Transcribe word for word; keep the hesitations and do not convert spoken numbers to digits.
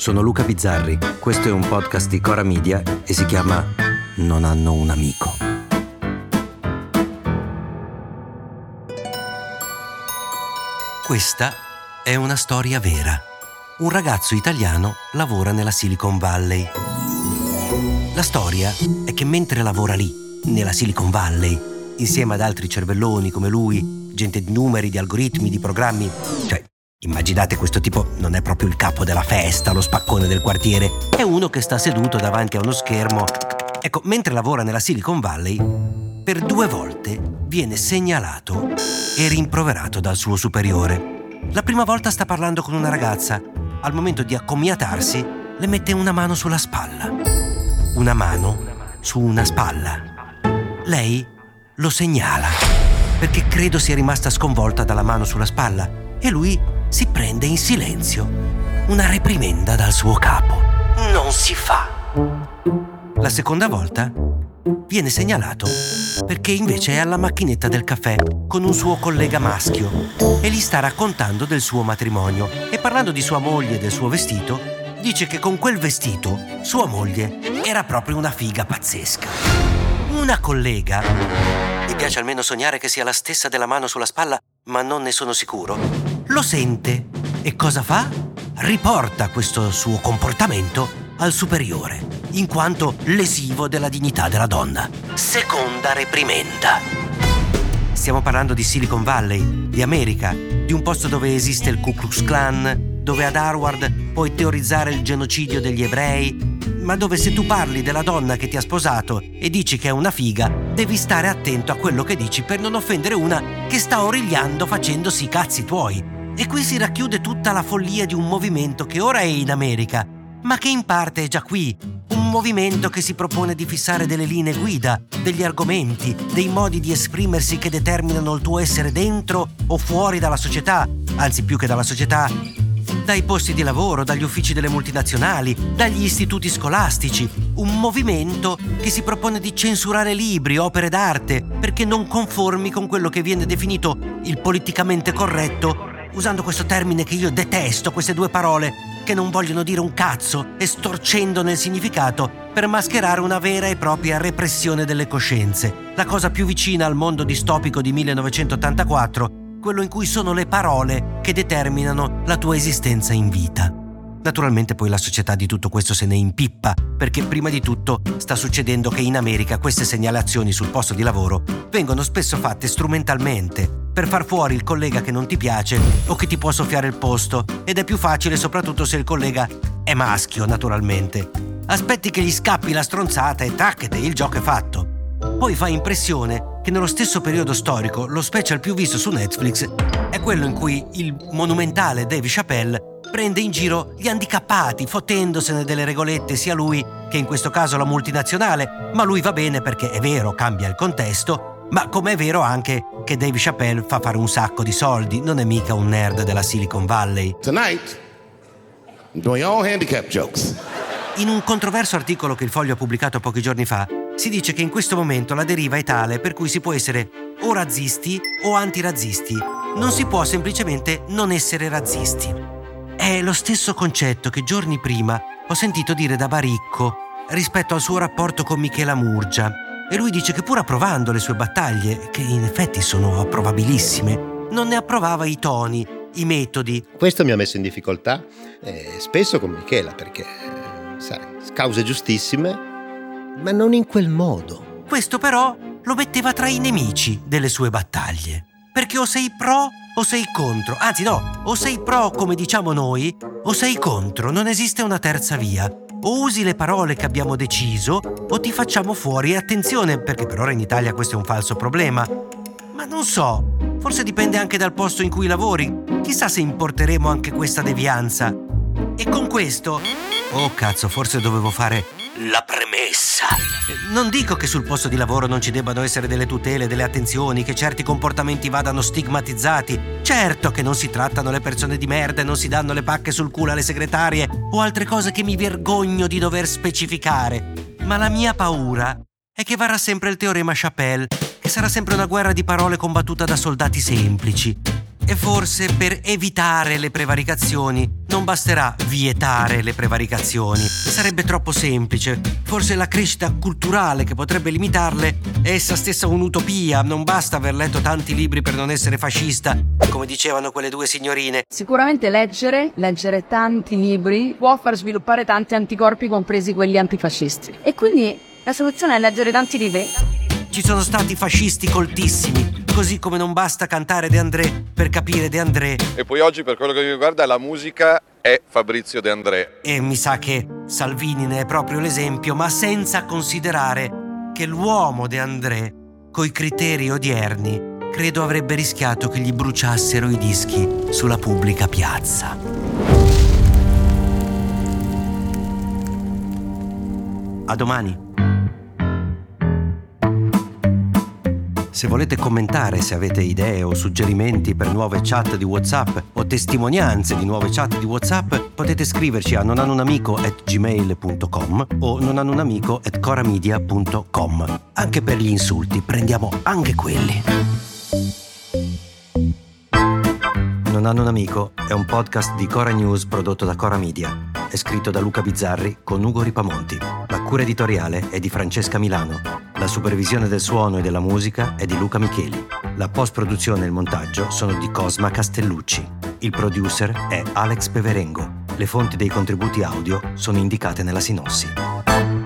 sono Luca Bizzarri, questo è un podcast di Cora Media e si chiama Non hanno un amico. Questa è una storia vera. Un ragazzo italiano lavora nella Silicon Valley. La storia è che mentre lavora lì, nella Silicon Valley, insieme ad altri cervelloni come lui, gente di numeri, di algoritmi, di programmi, cioè, immaginate questo tipo non è proprio il capo della festa, lo spaccone del quartiere, è uno che sta seduto davanti a uno schermo. Ecco, mentre lavora nella Silicon Valley, per due volte viene segnalato e rimproverato dal suo superiore. La prima volta sta parlando con una ragazza. Al momento di accomiatarsi, le mette una mano sulla spalla. Una mano su una spalla. Lei lo segnala, perché credo sia rimasta sconvolta dalla mano sulla spalla, e lui si prende in silenzio una reprimenda dal suo capo. Non si fa. La seconda volta viene segnalato perché invece è alla macchinetta del caffè con un suo collega maschio e gli sta raccontando del suo matrimonio, e parlando di sua moglie e del suo vestito dice che con quel vestito sua moglie era proprio una figa pazzesca. Una collega, mi piace almeno sognare che sia la stessa della mano sulla spalla, ma non ne sono sicuro, lo sente e cosa fa? Riporta questo suo comportamento al superiore, in quanto lesivo della dignità della donna. Seconda reprimenda. Stiamo parlando di Silicon Valley, di America, di un posto dove esiste il Ku Klux Klan, dove ad Harvard puoi teorizzare il genocidio degli ebrei, ma dove se tu parli della donna che ti ha sposato e dici che è una figa, devi stare attento a quello che dici per non offendere una che sta origliando facendosi i cazzi tuoi. E qui si racchiude tutta la follia di un movimento che ora è in America, ma che in parte è già qui. Un movimento che si propone di fissare delle linee guida, degli argomenti, dei modi di esprimersi che determinano il tuo essere dentro o fuori dalla società, anzi più che dalla società, dai posti di lavoro, dagli uffici delle multinazionali, dagli istituti scolastici. Un movimento che si propone di censurare libri, opere d'arte, perché non conformi con quello che viene definito il politicamente corretto, usando questo termine che io detesto, queste due parole che non vogliono dire un cazzo e storcendone il significato per mascherare una vera e propria repressione delle coscienze. La cosa più vicina al mondo distopico di millenovecentottantaquattro, quello in cui sono le parole che determinano la tua esistenza in vita. Naturalmente poi la società di tutto questo se ne impippa, perché prima di tutto sta succedendo che in America queste segnalazioni sul posto di lavoro vengono spesso fatte strumentalmente, per far fuori il collega che non ti piace o che ti può soffiare il posto, ed è più facile soprattutto se il collega è maschio, naturalmente. Aspetti che gli scappi la stronzata e tacchete, il gioco è fatto. Poi fa impressione che nello stesso periodo storico lo special più visto su Netflix è quello in cui il monumentale Dave Chappelle prende in giro gli handicappati, fottendosene delle regolette sia lui che in questo caso la multinazionale, ma lui va bene perché è vero, cambia il contesto, ma come è vero anche che Dave Chappelle fa fare un sacco di soldi, non è mica un nerd della Silicon Valley. Tonight, I'm doing all handicap jokes. In un controverso articolo che il Foglio ha pubblicato pochi giorni fa, si dice che in questo momento la deriva è tale per cui si può essere o razzisti o antirazzisti. Non si può semplicemente non essere razzisti. È lo stesso concetto che giorni prima ho sentito dire da Baricco rispetto al suo rapporto con Michela Murgia. E lui dice che pur approvando le sue battaglie, che in effetti sono approvabilissime, non ne approvava i toni, i metodi. Questo mi ha messo in difficoltà, eh, spesso con Michela, perché, sai, cause giustissime, ma non in quel modo. Questo però lo metteva tra i nemici delle sue battaglie, perché o sei pro o sei contro, anzi no, o sei pro come diciamo noi o sei contro, non esiste una terza via. O usi le parole che abbiamo deciso o ti facciamo fuori. E attenzione, perché per ora in Italia questo è un falso problema, ma non so, forse dipende anche dal posto in cui lavori. Chissà se importeremo anche questa devianza. E con questo, oh cazzo, forse dovevo fare la premessa. Non dico che sul posto di lavoro non ci debbano essere delle tutele, delle attenzioni, che certi comportamenti vadano stigmatizzati. Certo che non si trattano le persone di merda e non si danno le pacche sul culo alle segretarie o altre cose che mi vergogno di dover specificare. Ma la mia paura è che varrà sempre il teorema Chappelle, che sarà sempre una guerra di parole combattuta da soldati semplici. E forse per evitare le prevaricazioni non basterà vietare le prevaricazioni. Sarebbe troppo semplice. Forse la crescita culturale che potrebbe limitarle è essa stessa un'utopia. Non basta aver letto tanti libri per non essere fascista, come dicevano quelle due signorine. Sicuramente leggere, leggere tanti libri può far sviluppare tanti anticorpi, compresi quelli antifascisti. E quindi la soluzione è leggere tanti libri. Ci sono stati fascisti coltissimi, così come non basta cantare De André per capire De André. E poi oggi, per quello che mi riguarda, la musica è Fabrizio De André. E mi sa che Salvini ne è proprio l'esempio, ma senza considerare che l'uomo De André, coi criteri odierni, credo avrebbe rischiato che gli bruciassero i dischi sulla pubblica piazza. A domani. Se volete commentare, se avete idee o suggerimenti per nuove chat di WhatsApp o testimonianze di nuove chat di WhatsApp, potete scriverci a nonhanunamico at gmail punto com o nonhanunamico at coramedia punto com. Anche per gli insulti, prendiamo anche quelli. Non hanno un amico è un podcast di Cora News prodotto da Cora Media. È scritto da Luca Bizzarri con Ugo Ripamonti. La cura editoriale è di Francesca Milano. La supervisione del suono e della musica è di Luca Micheli. La post-produzione e il montaggio sono di Cosma Castellucci. Il producer è Alex Peverengo. Le fonti dei contributi audio sono indicate nella sinossi.